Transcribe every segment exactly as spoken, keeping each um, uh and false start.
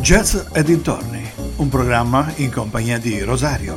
Jazz e dintorni, un programma in compagnia di Rosario.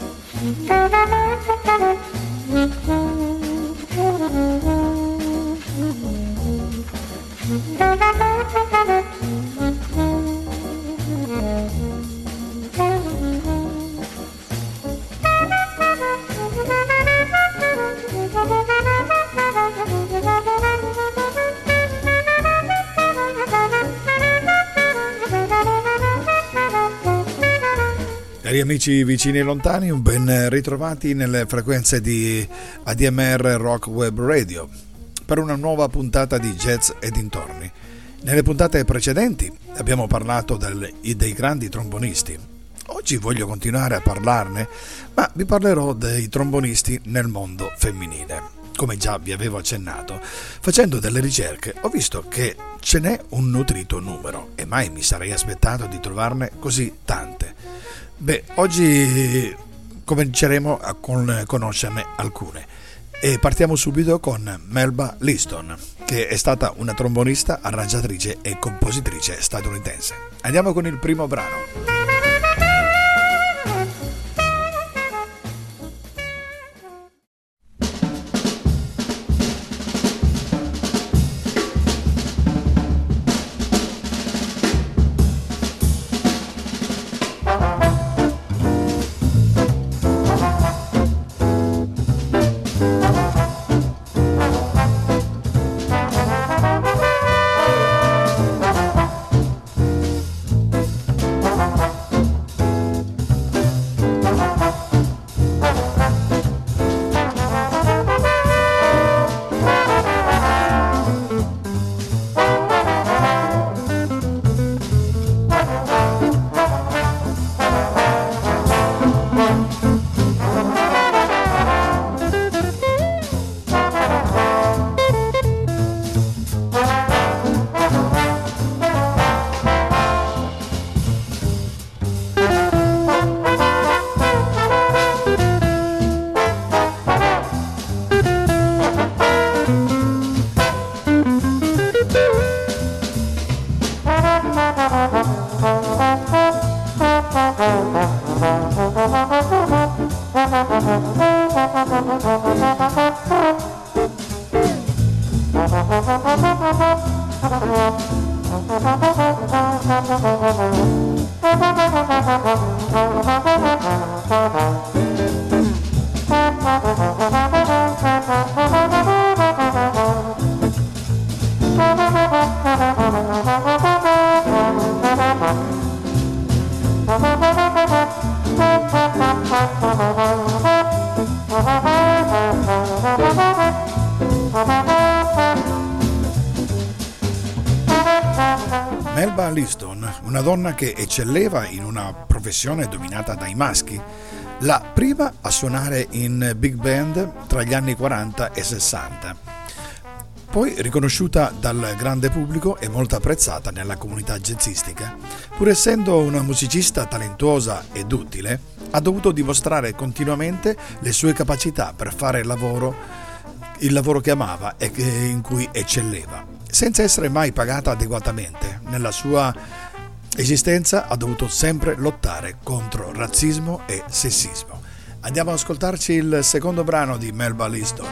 Cari amici vicini e lontani, un ben ritrovati nelle frequenze di A D M R Rock Web Radio per una nuova puntata di Jazz e dintorni. Nelle puntate precedenti abbiamo parlato del, dei grandi trombonisti. Oggi voglio continuare a parlarne, ma vi parlerò dei trombonisti nel mondo femminile. Come già vi avevo accennato, facendo delle ricerche ho visto che ce n'è un nutrito numero e mai mi sarei aspettato di trovarne così tante. Beh, oggi cominceremo a con, conoscerne alcune e partiamo subito con Melba Liston, che è stata una trombonista, arrangiatrice e compositrice statunitense. Andiamo con il primo brano. Melba Liston, una donna che eccelleva in una professione dominata dai maschi, la prima a suonare in big band tra gli anni quaranta e sessanta. Poi riconosciuta dal grande pubblico e molto apprezzata nella comunità jazzistica. Pur essendo una musicista talentuosa ed utile, ha dovuto dimostrare continuamente le sue capacità per fare il lavoro, il lavoro che amava e in cui eccelleva, senza essere mai pagata adeguatamente. Nella sua esistenza ha dovuto sempre lottare contro razzismo e sessismo. Andiamo ad ascoltarci il secondo brano di Melba Liston.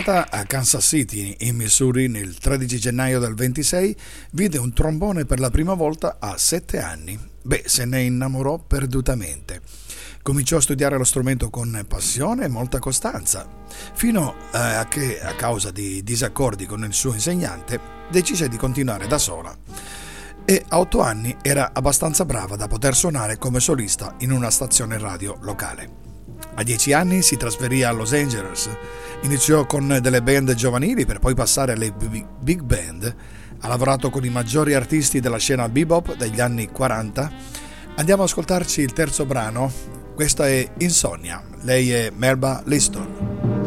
Nata a Kansas City, in Missouri, il tredici gennaio del ventisei, vide un trombone per la prima volta a sette anni. Beh, se ne innamorò perdutamente. Cominciò a studiare lo strumento con passione e molta costanza, fino a che, a causa di disaccordi con il suo insegnante, decise di continuare da sola. E a otto anni era abbastanza brava da poter suonare come solista in una stazione radio locale. A dieci anni si trasferì a Los Angeles, iniziò con delle band giovanili per poi passare alle big band, ha lavorato con i maggiori artisti della scena bebop degli anni quaranta. Andiamo ad ascoltarci il terzo brano, questa è Insomnia, lei è Melba Liston.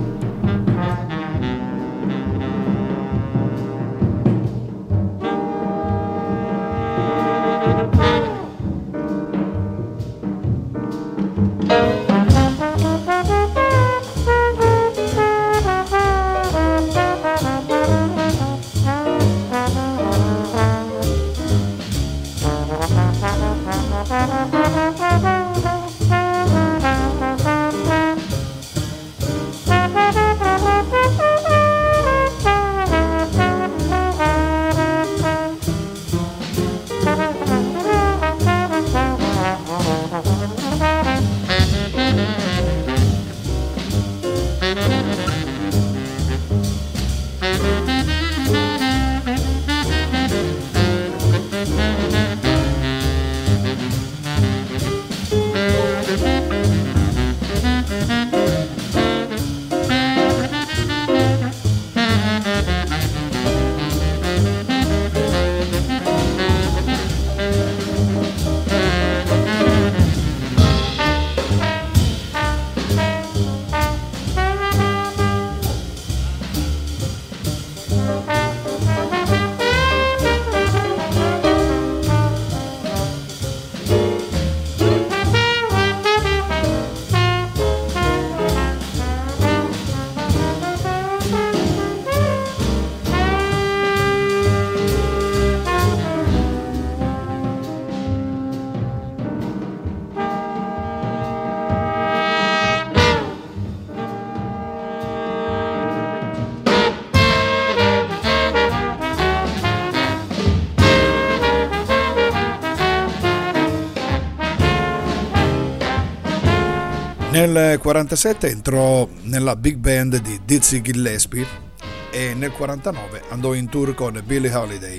Nel quarantasette entrò nella big band di Dizzy Gillespie e nel quarantanove andò in tour con Billie Holiday.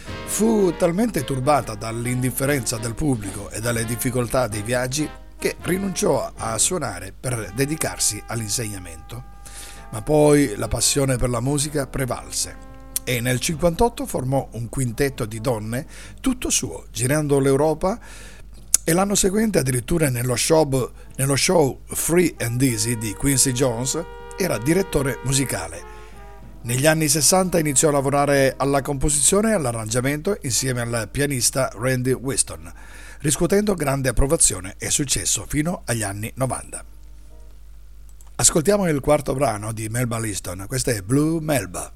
Fu talmente turbata dall'indifferenza del pubblico e dalle difficoltà dei viaggi che rinunciò a suonare per dedicarsi all'insegnamento. Ma poi la passione per la musica prevalse e nel cinquantotto formò un quintetto di donne tutto suo, girando l'Europa. E l'anno seguente, addirittura nello show, nello show Free and Easy di Quincy Jones, era direttore musicale. Negli anni sessanta iniziò a lavorare alla composizione e all'arrangiamento insieme al pianista Randy Weston, riscuotendo grande approvazione e successo fino agli anni novanta. Ascoltiamo il quarto brano di Melba Liston, questa è Blue Melba.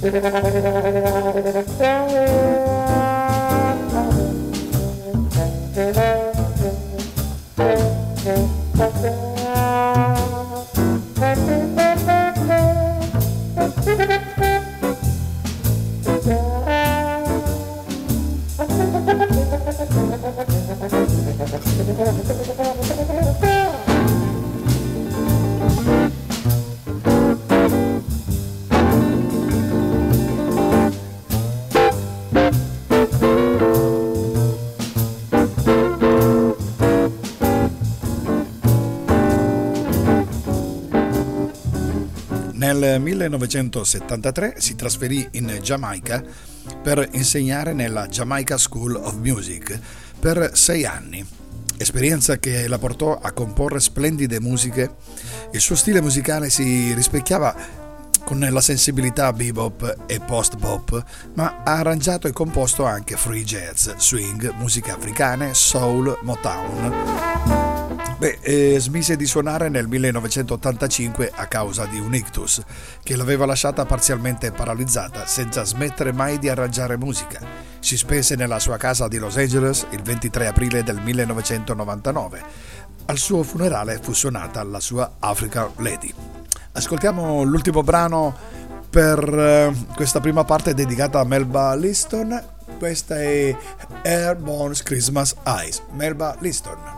Nel millenovecentosettantatré si trasferì in Giamaica per insegnare nella Jamaica School of Music per sei anni, esperienza che la portò a comporre splendide musiche. Il suo stile musicale si rispecchiava con la sensibilità bebop e post-bop, ma ha arrangiato e composto anche free jazz, swing, musiche africane, soul, Motown. Beh, eh, smise di suonare nel millenovecentottantacinque a causa di un ictus che l'aveva lasciata parzialmente paralizzata, senza smettere mai di arrangiare musica. Si spense nella sua casa di Los Angeles il ventitré aprile del millenovecentonovantanove. Al suo funerale fu suonata la sua African Lady. Ascoltiamo l'ultimo brano per eh, questa prima parte dedicata a Melba Liston. Questa è Airborne's Christmas Eyes, Melba Liston.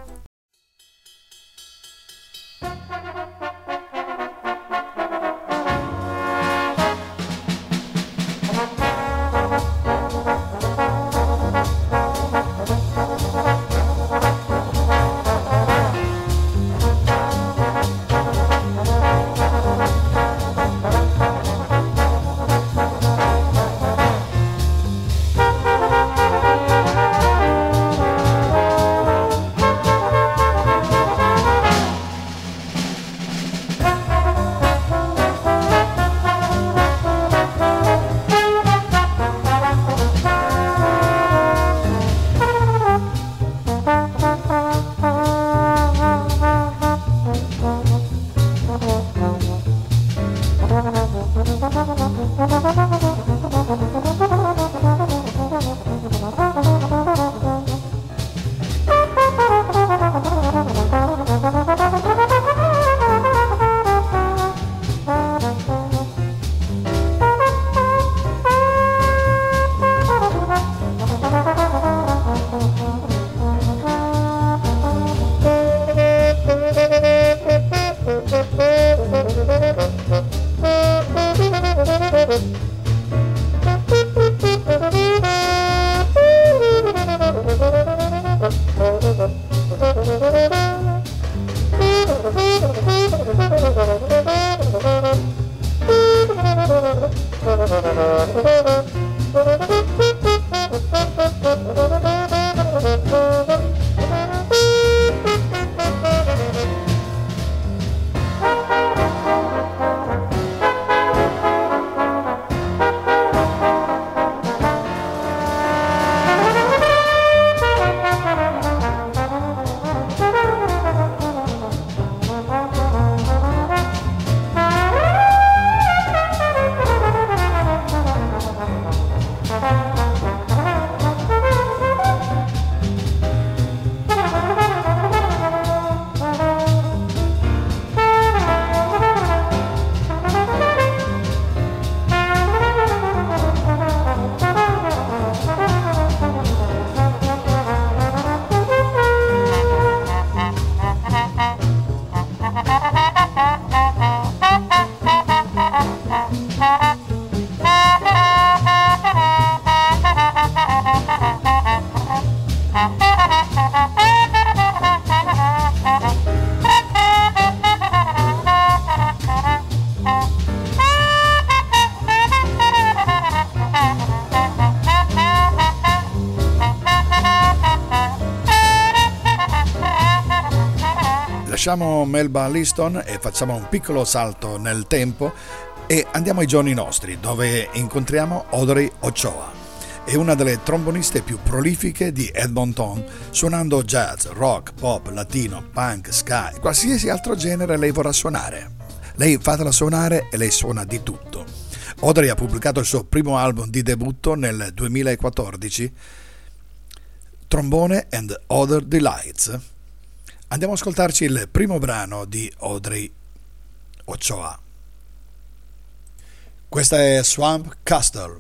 Lasciamo Melba Liston e facciamo un piccolo salto nel tempo e andiamo ai giorni nostri, dove incontriamo Audrey Ochoa. È una delle tromboniste più prolifiche di Edmonton, suonando jazz, rock, pop, latino, punk, ska e qualsiasi altro genere lei vorrà suonare. Lei fatela suonare e lei suona di tutto. Audrey ha pubblicato il suo primo album di debutto nel duemilaquattordici, Trombone and Other Delights. Andiamo ad ascoltarci il primo brano di Audrey Ochoa. Questa è Swamp Castle.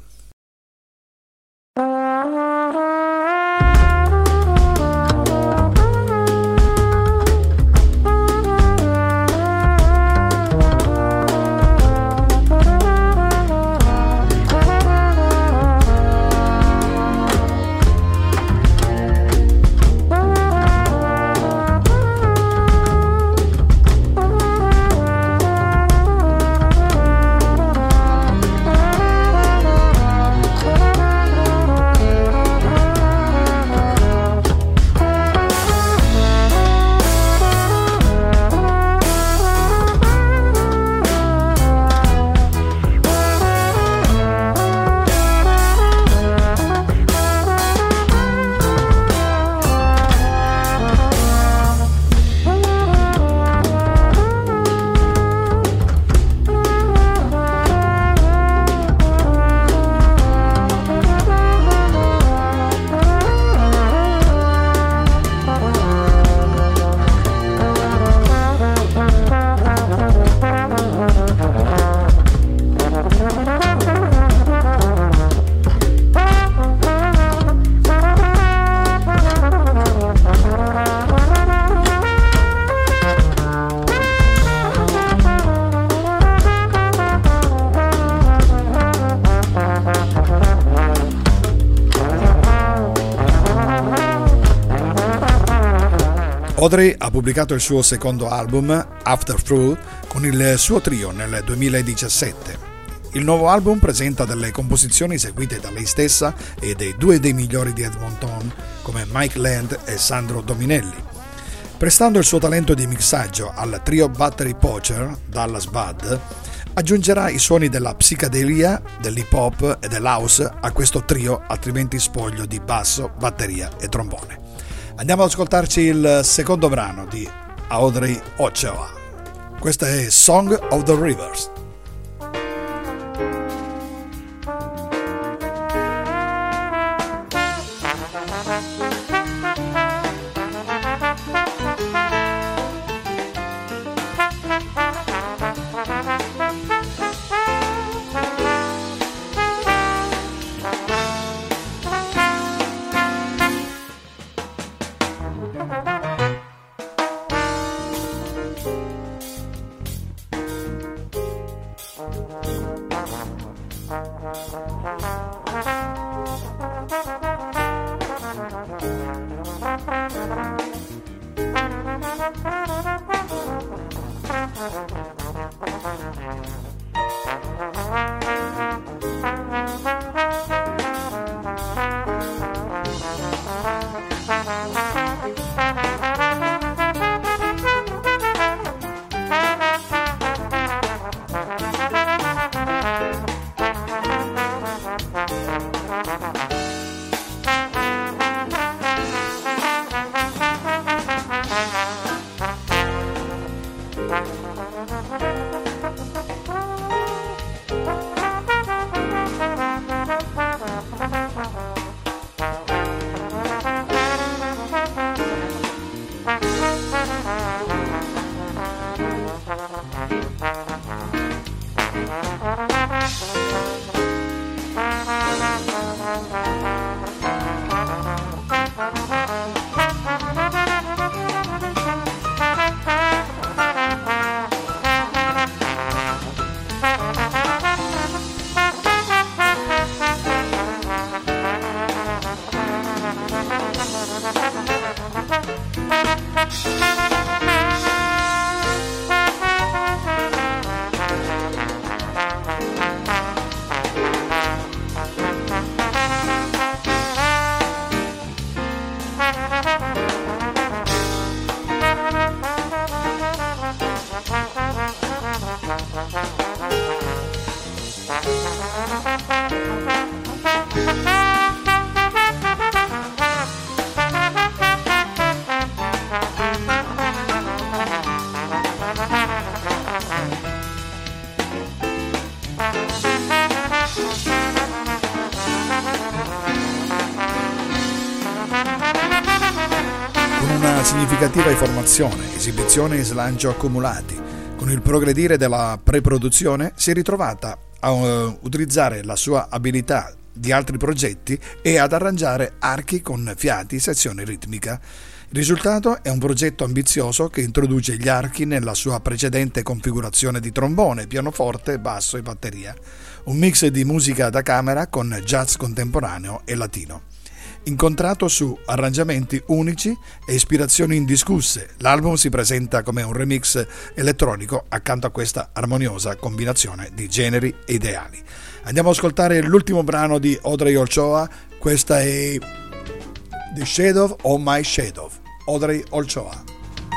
Audrey ha pubblicato il suo secondo album, After Through, con il suo trio nel duemiladiciassette. Il nuovo album presenta delle composizioni eseguite da lei stessa e dei due dei migliori di Edmonton, come Mike Land e Sandro Dominelli. Prestando il suo talento di mixaggio al trio Battery Poacher, Dallas Bud, aggiungerà i suoni della psichedelia, dell'hip hop e dell'house a questo trio altrimenti spoglio di basso, batteria e trombone. Andiamo ad ascoltarci il secondo brano di Audrey Ochoa. Questa è Song of the Rivers. significativa informazione, esibizione e slancio accumulati. Con il progredire della pre-produzione si è ritrovata a uh, utilizzare la sua abilità di altri progetti e ad arrangiare archi con fiati, sezione ritmica. Il risultato è un progetto ambizioso che introduce gli archi nella sua precedente configurazione di trombone, pianoforte, basso e batteria. Un mix di musica da camera con jazz contemporaneo e latino. Incontrato su arrangiamenti unici e ispirazioni indiscusse, l'album si presenta come un remix elettronico accanto a questa armoniosa combinazione di generi e ideali. Andiamo ad ascoltare l'ultimo brano di Audrey Ochoa, questa è The Shadow of My Shadow, Audrey Ochoa.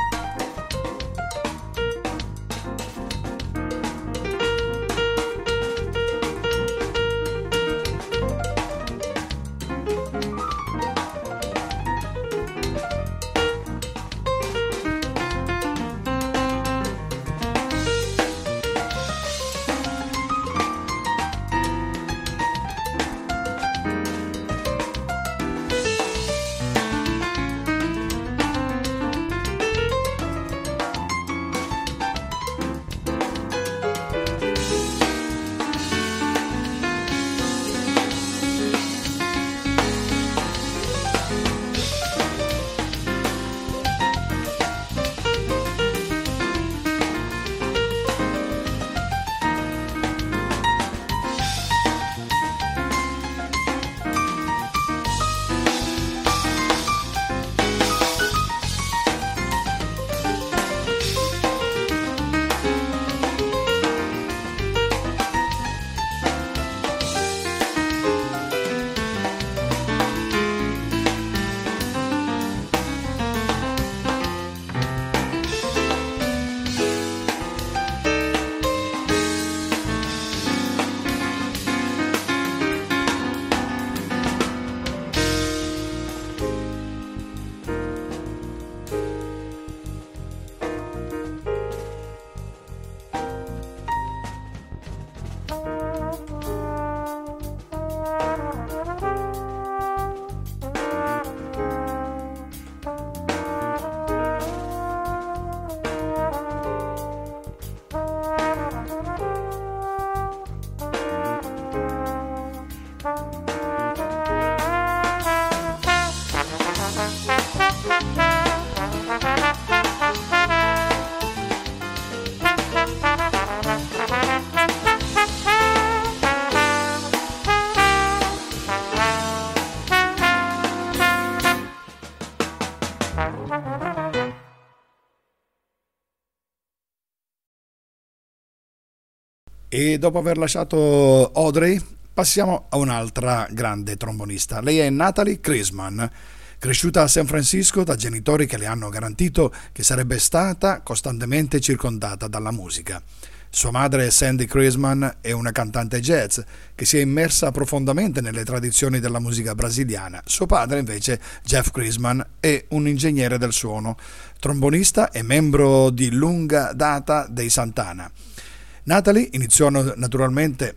E dopo aver lasciato Audrey passiamo a un'altra grande trombonista. Lei è Natalie Chrisman, cresciuta a San Francisco da genitori che le hanno garantito che sarebbe stata costantemente circondata dalla musica. Sua madre Sandy Chrisman è una cantante jazz che si è immersa profondamente nelle tradizioni della musica brasiliana. Suo padre invece, Jeff Chrisman, è un ingegnere del suono, trombonista e membro di lunga data dei Santana. Natalie iniziò naturalmente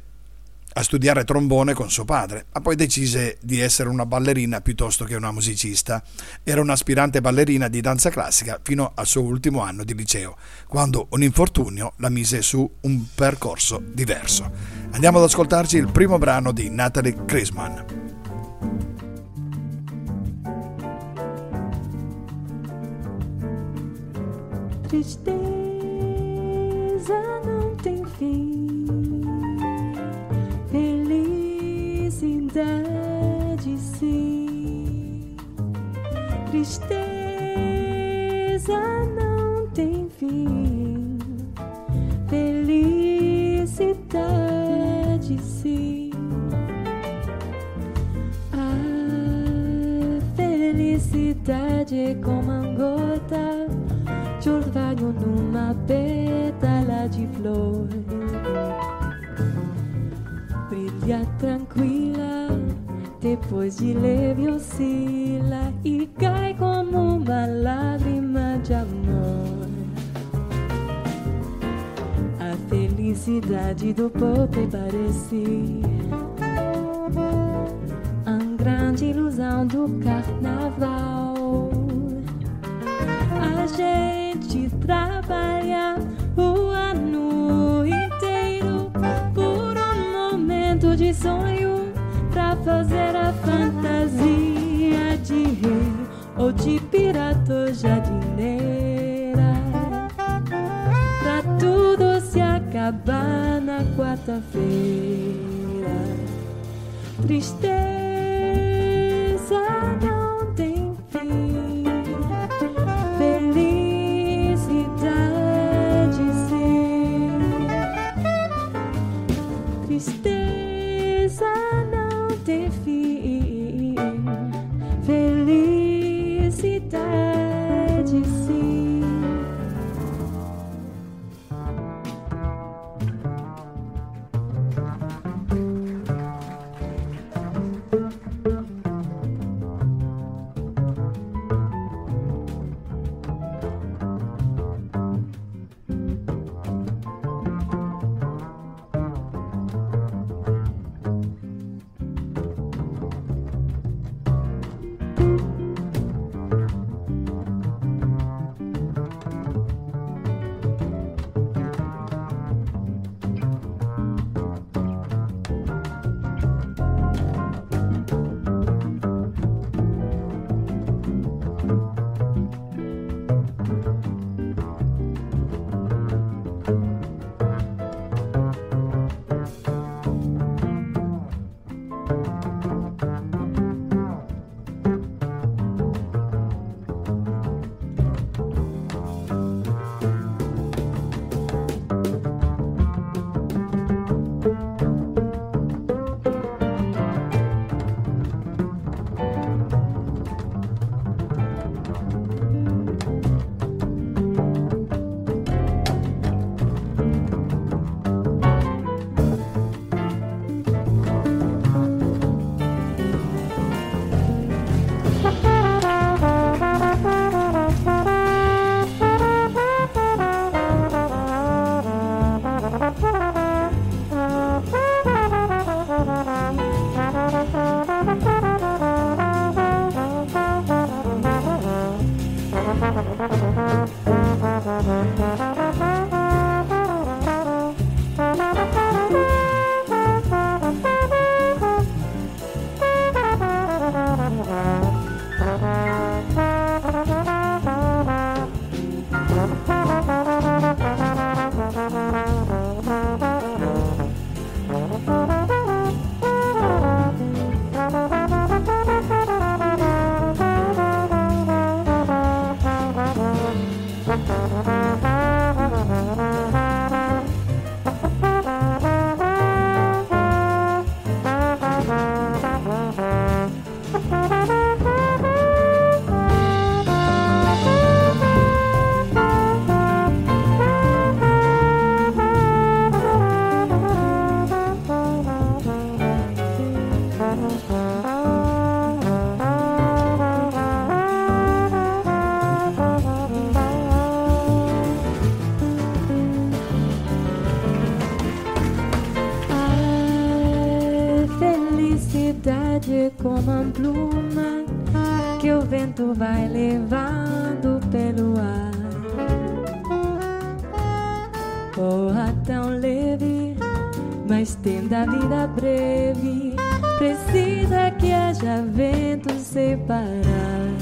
a studiare trombone con suo padre, ma poi decise di essere una ballerina piuttosto che una musicista. Era un'aspirante ballerina di danza classica fino al suo ultimo anno di liceo, quando un infortunio la mise su un percorso diverso. Andiamo ad ascoltarci il primo brano di Natalie Chrisman. Tristeza não tem fim, felicidade sim. Tristeza não tem fim, felicidade sim. A felicidade é como uma gota de orvalho numa pétala de flor. Brilha tranquila, depois de leve oscila e cai como uma lágrima de amor. A felicidade do pobre parece a grande ilusão do carnaval. A gente trabalha o ano inteiro por um momento de sonho pra fazer a fantasia de rei ou de pirata ou jardineira, pra tudo se acabar na quarta-feira. Tristeza não tem fim, felicidade sim. Tristeza não tem fim, felicidade sim. Como uma pluma que o vento vai levando pelo ar. Voa tão leve, mas tem da vida breve. Precisa que haja vento separar.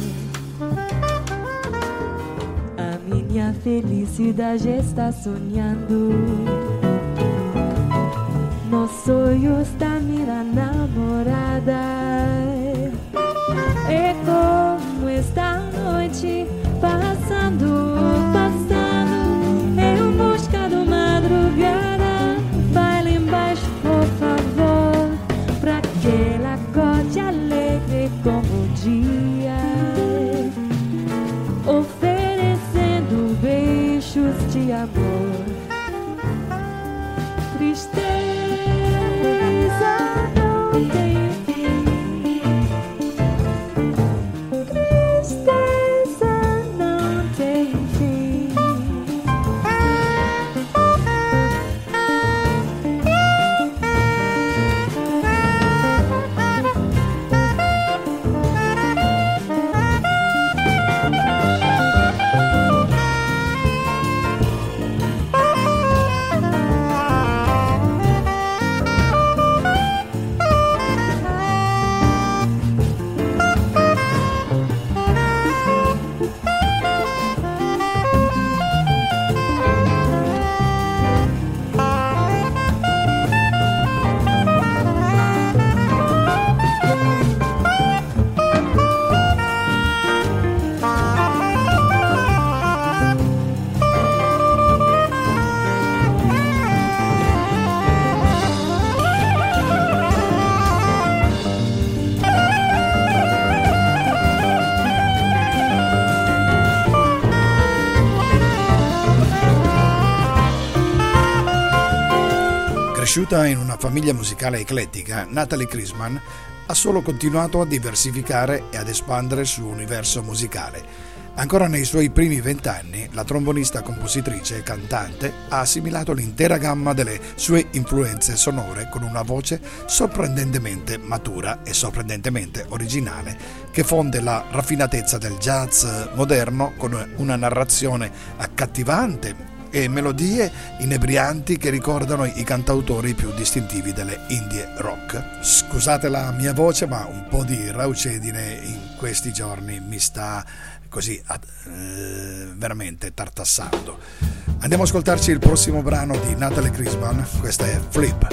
A minha felicidade está sonhando nos sonhos da minha namorada. É como esta noite passando, passando em busca do madrugada. Vai lá embaixo, por favor, pra que ela acorde alegre como o dia, oferecendo beijos de amor. Tristeza não tem fim. Tristeza não tem fim. Cresciuta in una famiglia musicale eclettica, Natalie Christman ha solo continuato a diversificare e ad espandere il suo universo musicale. Ancora nei suoi primi vent'anni, la trombonista, compositrice e cantante ha assimilato l'intera gamma delle sue influenze sonore con una voce sorprendentemente matura e sorprendentemente originale, che fonde la raffinatezza del jazz moderno con una narrazione accattivante e melodie inebrianti che ricordano i cantautori più distintivi delle indie rock. Scusate la mia voce, ma un po' di raucedine in questi giorni mi sta così eh, veramente tartassando. Andiamo ad ascoltarci il prossimo brano di Natalie Christman, questa è Flip.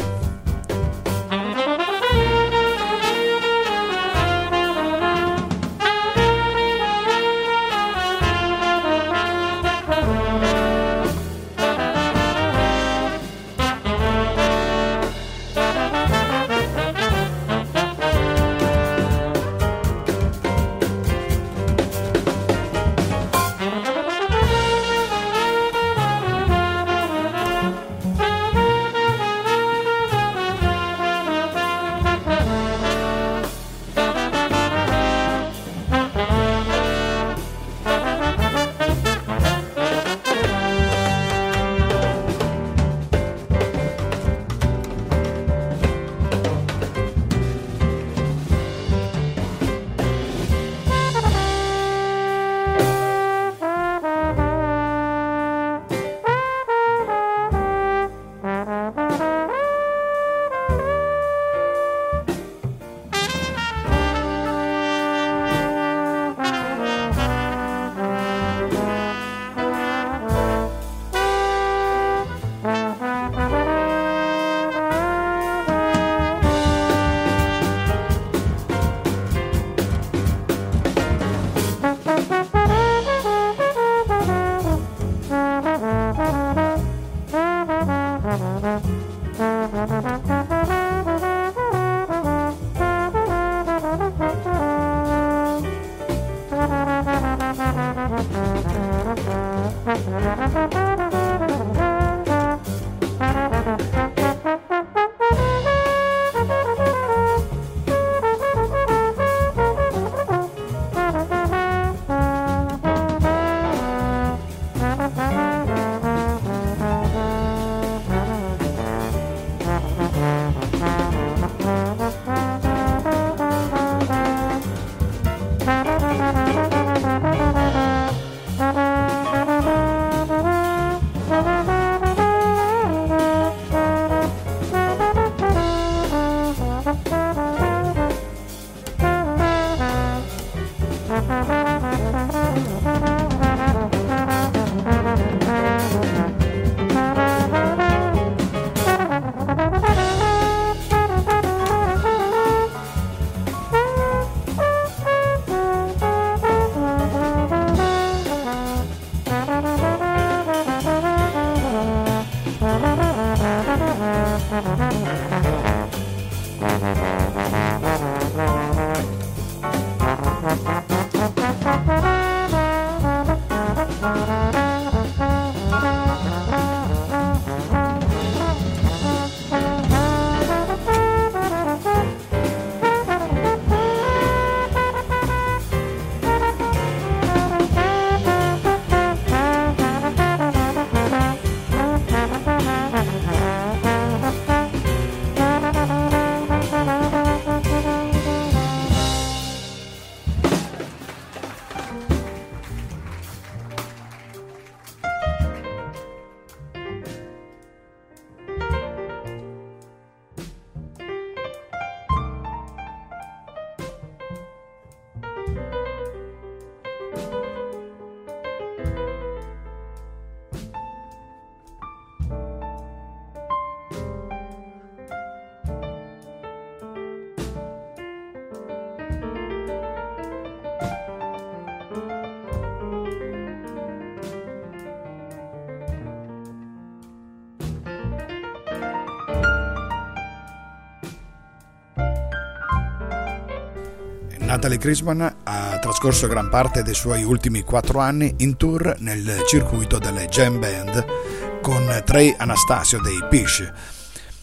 Natalie Christman ha trascorso gran parte dei suoi ultimi quattro anni in tour nel circuito delle jam band con Trey Anastasio dei Phish.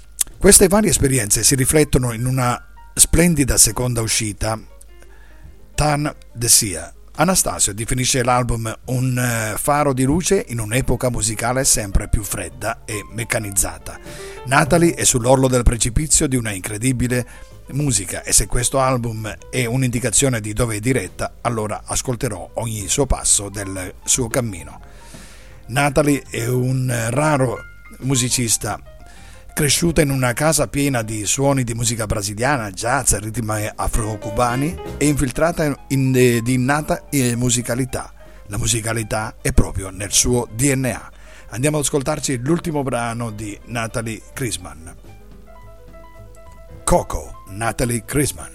Queste varie esperienze si riflettono in una splendida seconda uscita, Turn the Sea. Anastasio definisce l'album un faro di luce in un'epoca musicale sempre più fredda e meccanizzata. Natalie è sull'orlo del precipizio di una incredibile musica e se questo album è un'indicazione di dove è diretta, allora ascolterò ogni suo passo del suo cammino. Natalie è un raro musicista cresciuta in una casa piena di suoni di musica brasiliana, jazz e ritmi afro-cubani e infiltrata in, in, di innata musicalità. La musicalità è proprio nel suo D N A. Andiamo ad ascoltarci l'ultimo brano di Natalie Christman. Coco, Natalie Christman.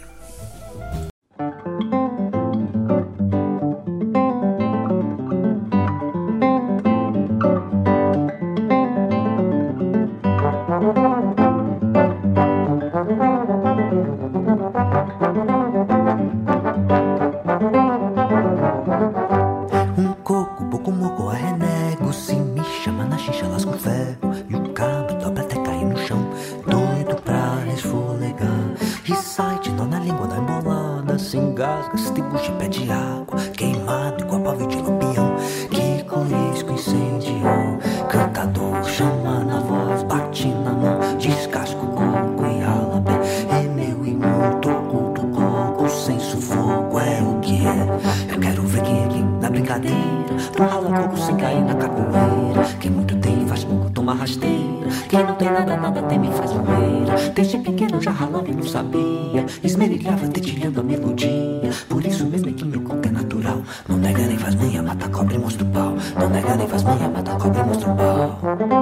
Esmerilhava dedilhando a melodia. Por isso mesmo é que meu coco é natural. Não nega nem faz manha, mata cobra e mostra o pau. Não nega nem faz manha, mata cobra e mostra o pau.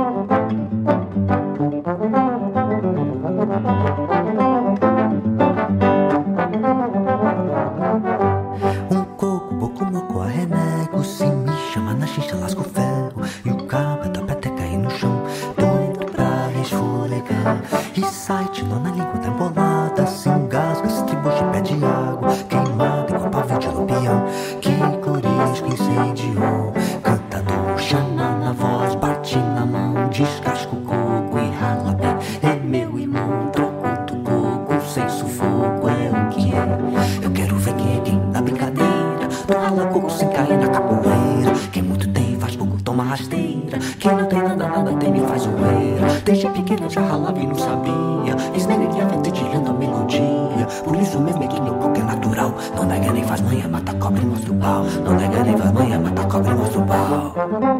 Um coco, boco, moco, arrenego. Se me chama na xincha, lasco o ferro. E o cabo dá pra até cair no chão. Doido pra resfolegar. E sai de nó na língua da embolada. Se engasga, se tribuche, pede água. Queimado igual pavio de lampião. Que corisco incendiou. Cantador chama na voz, bate na mão. Descasca o coco e rala bem. É meu irmão, troco do coco. Sem sufoco é o que é. Eu quero ver quem é quem na brincadeira. Do rala coco sem cair na capoeira. Quem muito tem faz pouco, toma rasteira. Quem não tem nada, nada tem me faz zoeira. Desde pequeno já ralava e não sabia. Esmerilhava dedilhando a melodia. Por isso mesmo é que meu coco é natural. Não nega nem faz manha, mata cobra e mostra o pau. Não nega nem faz manha, mata cobra e mostra o pau.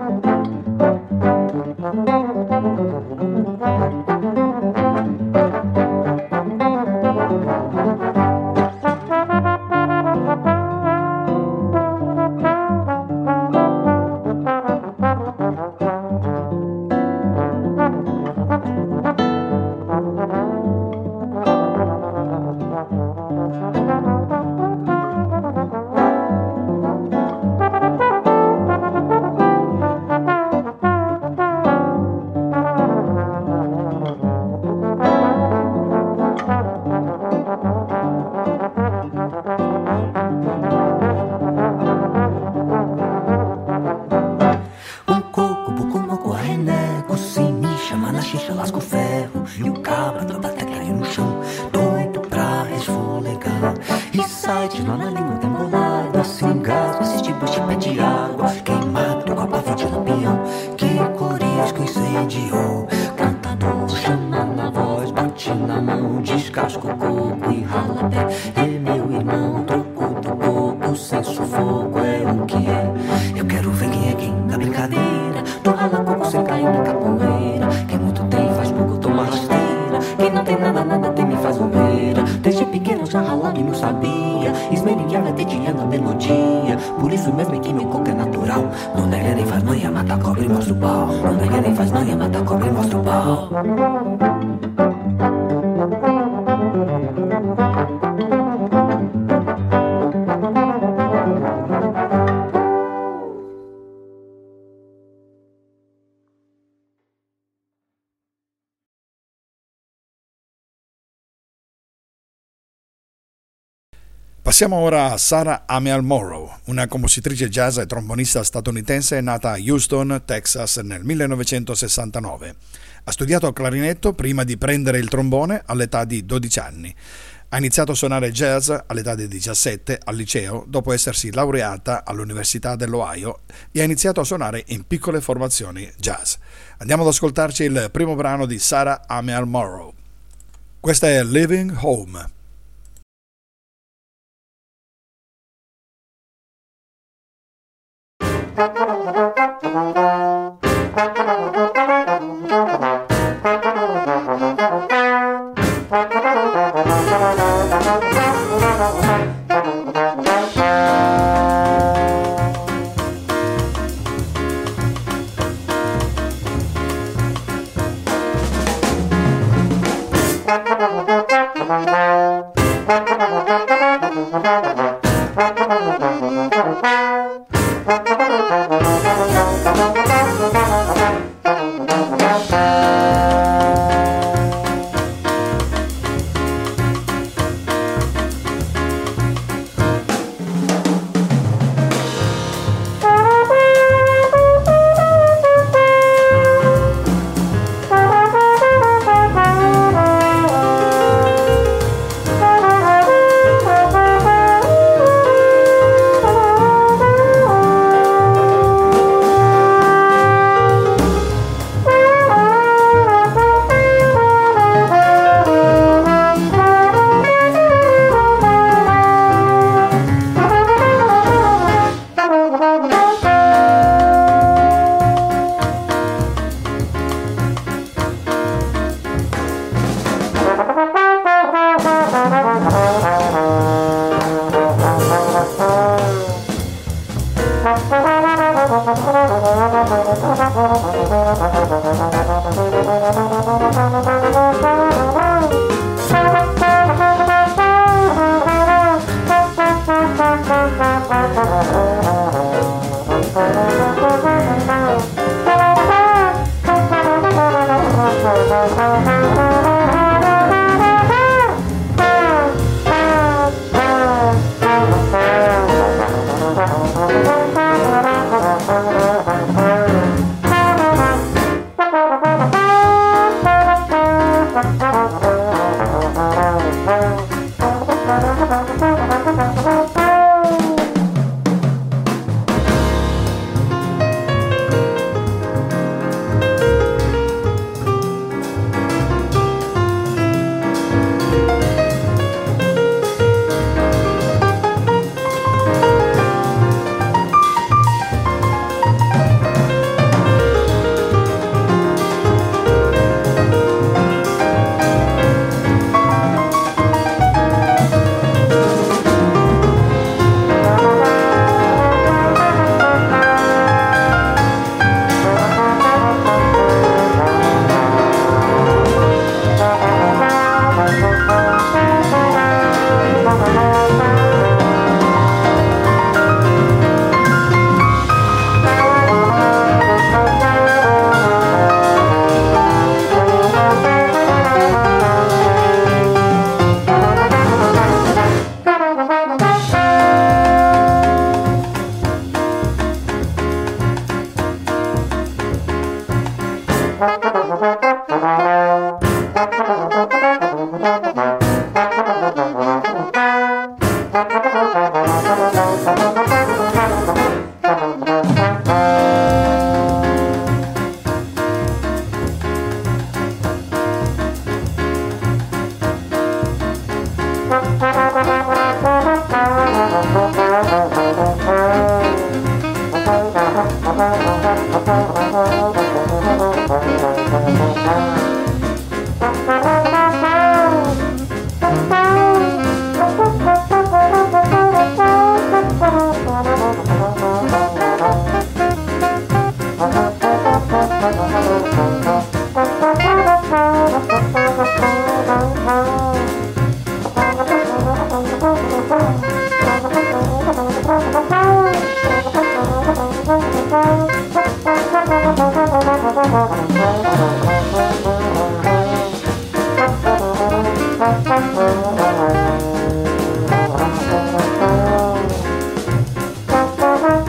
Passiamo ora a Sarah Amiel Morrow, una compositrice jazz e trombonista statunitense nata a Houston, Texas nel millenovecentosessantanove. Ha studiato clarinetto prima di prendere il trombone all'età di dodici anni. Ha iniziato a suonare jazz all'età di diciassette al liceo dopo essersi laureata all'Università dell'Ohio e ha iniziato a suonare in piccole formazioni jazz. Andiamo ad ascoltarci il primo brano di Sarah Amiel Morrow. Questa è Living Home.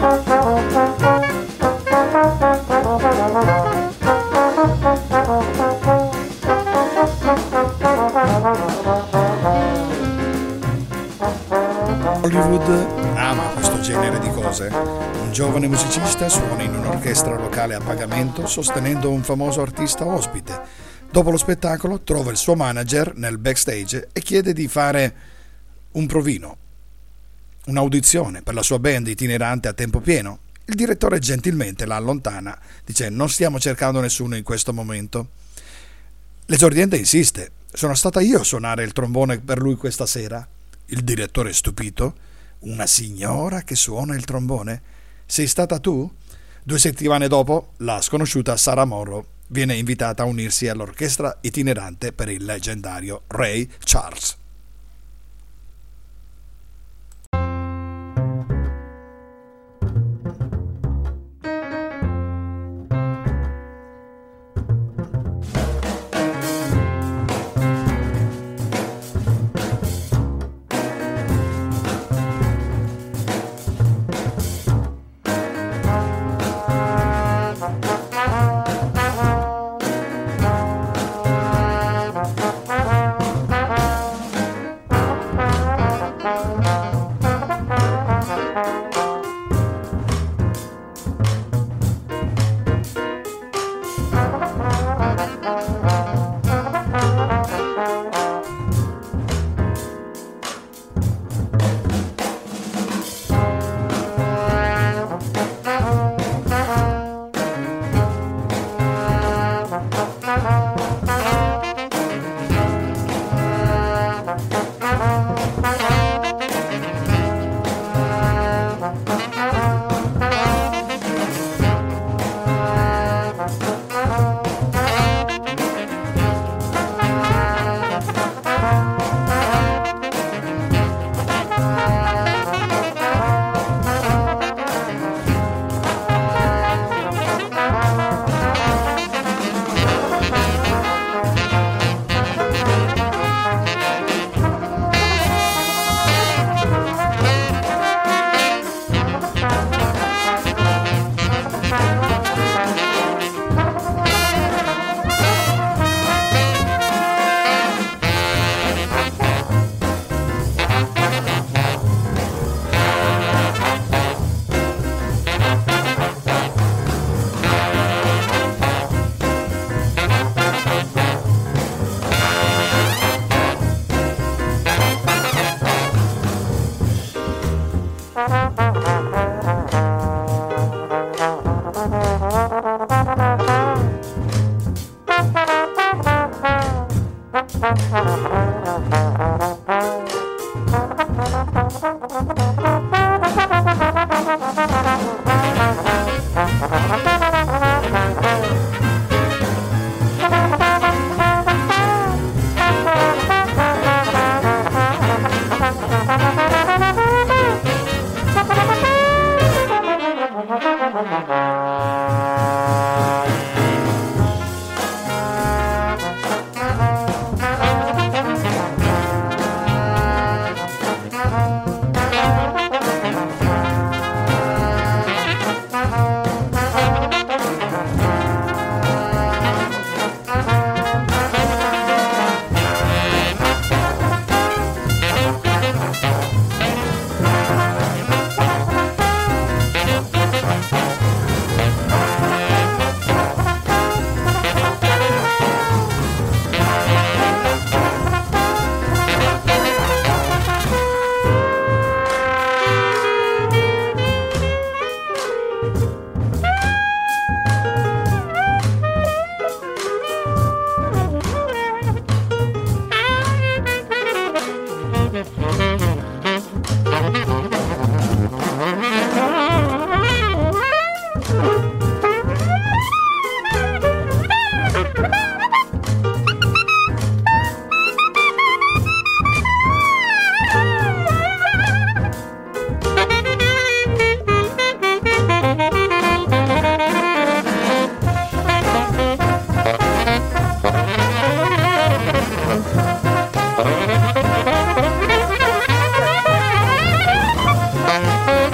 Thank you. Hollywood ama questo genere di cose. Un giovane musicista suona in un'orchestra locale a pagamento sostenendo un famoso artista ospite. Dopo lo spettacolo trova il suo manager nel backstage e chiede di fare un provino, un'audizione per la sua band itinerante a tempo pieno. Il direttore gentilmente la allontana, dice: non stiamo cercando nessuno in questo momento. L'esordiente insiste: sono stata io a suonare il trombone per lui questa sera. Il direttore stupito: una signora che suona il trombone? Sei stata tu? Due settimane dopo, la sconosciuta Sarah Morrow viene invitata a unirsi all'orchestra itinerante per il leggendario Ray Charles.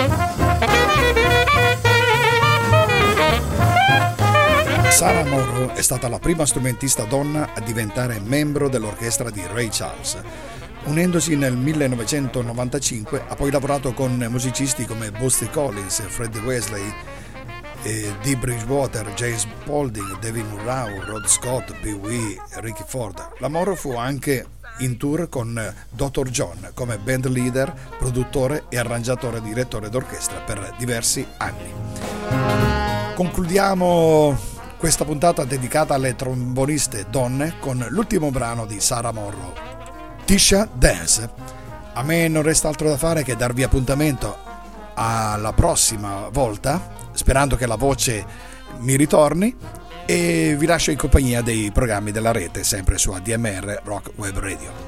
Sarah Morrow è stata la prima strumentista donna a diventare membro dell'orchestra di Ray Charles. Unendosi nel millenovecentonovantacinque, ha poi lavorato con musicisti come Bootsy Collins, Freddie Wesley, eh, Dee Bridgewater, James Spalding, David Murrow, Rod Scott, Pee Wee, Ricky Ford. L'amore fu anche in tour con doctor John come band leader, produttore e arrangiatore direttore d'orchestra per diversi anni. Concludiamo questa puntata dedicata alle tromboniste donne con l'ultimo brano di Sarah Monroe, Tisha Dance. A me non resta altro da fare che darvi appuntamento alla prossima volta, sperando che la voce mi ritorni, e vi lascio in compagnia dei programmi della rete sempre su A D M R Rock Web Radio.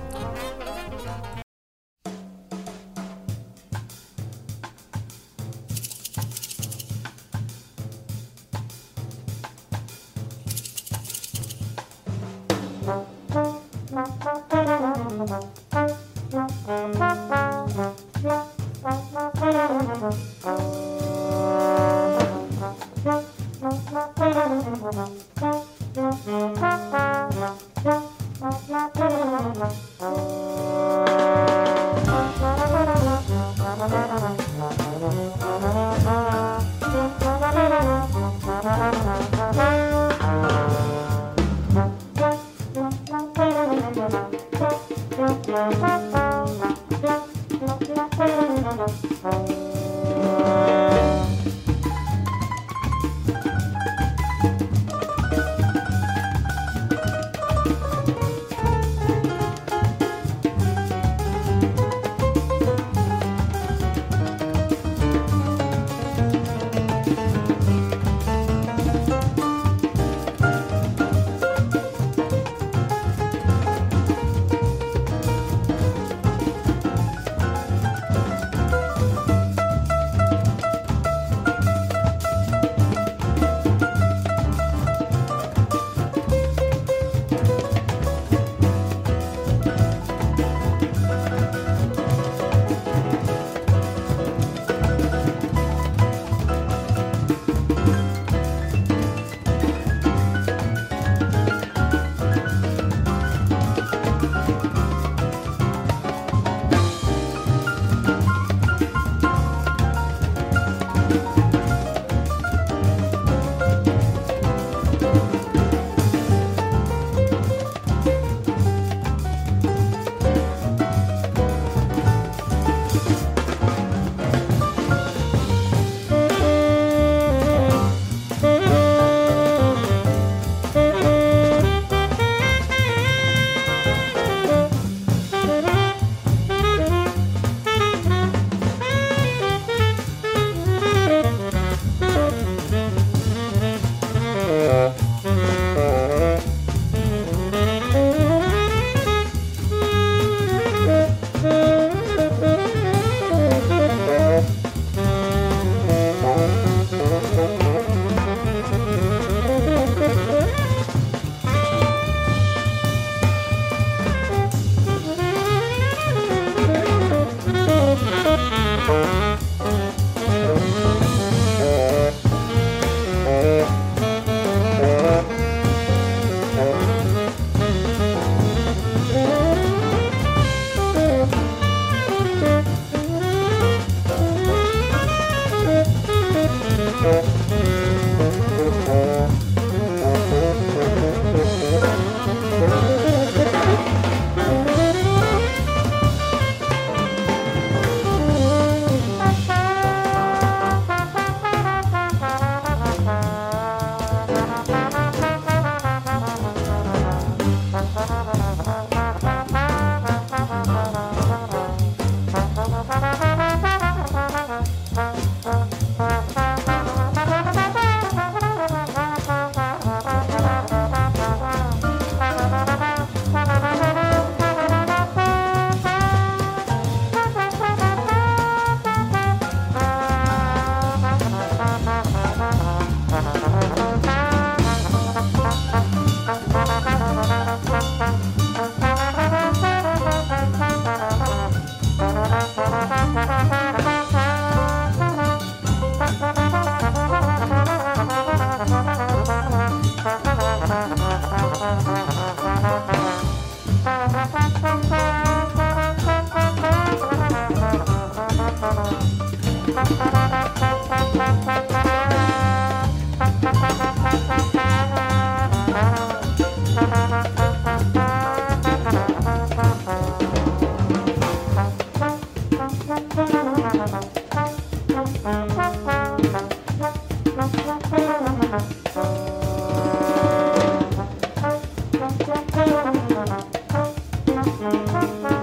Thank you.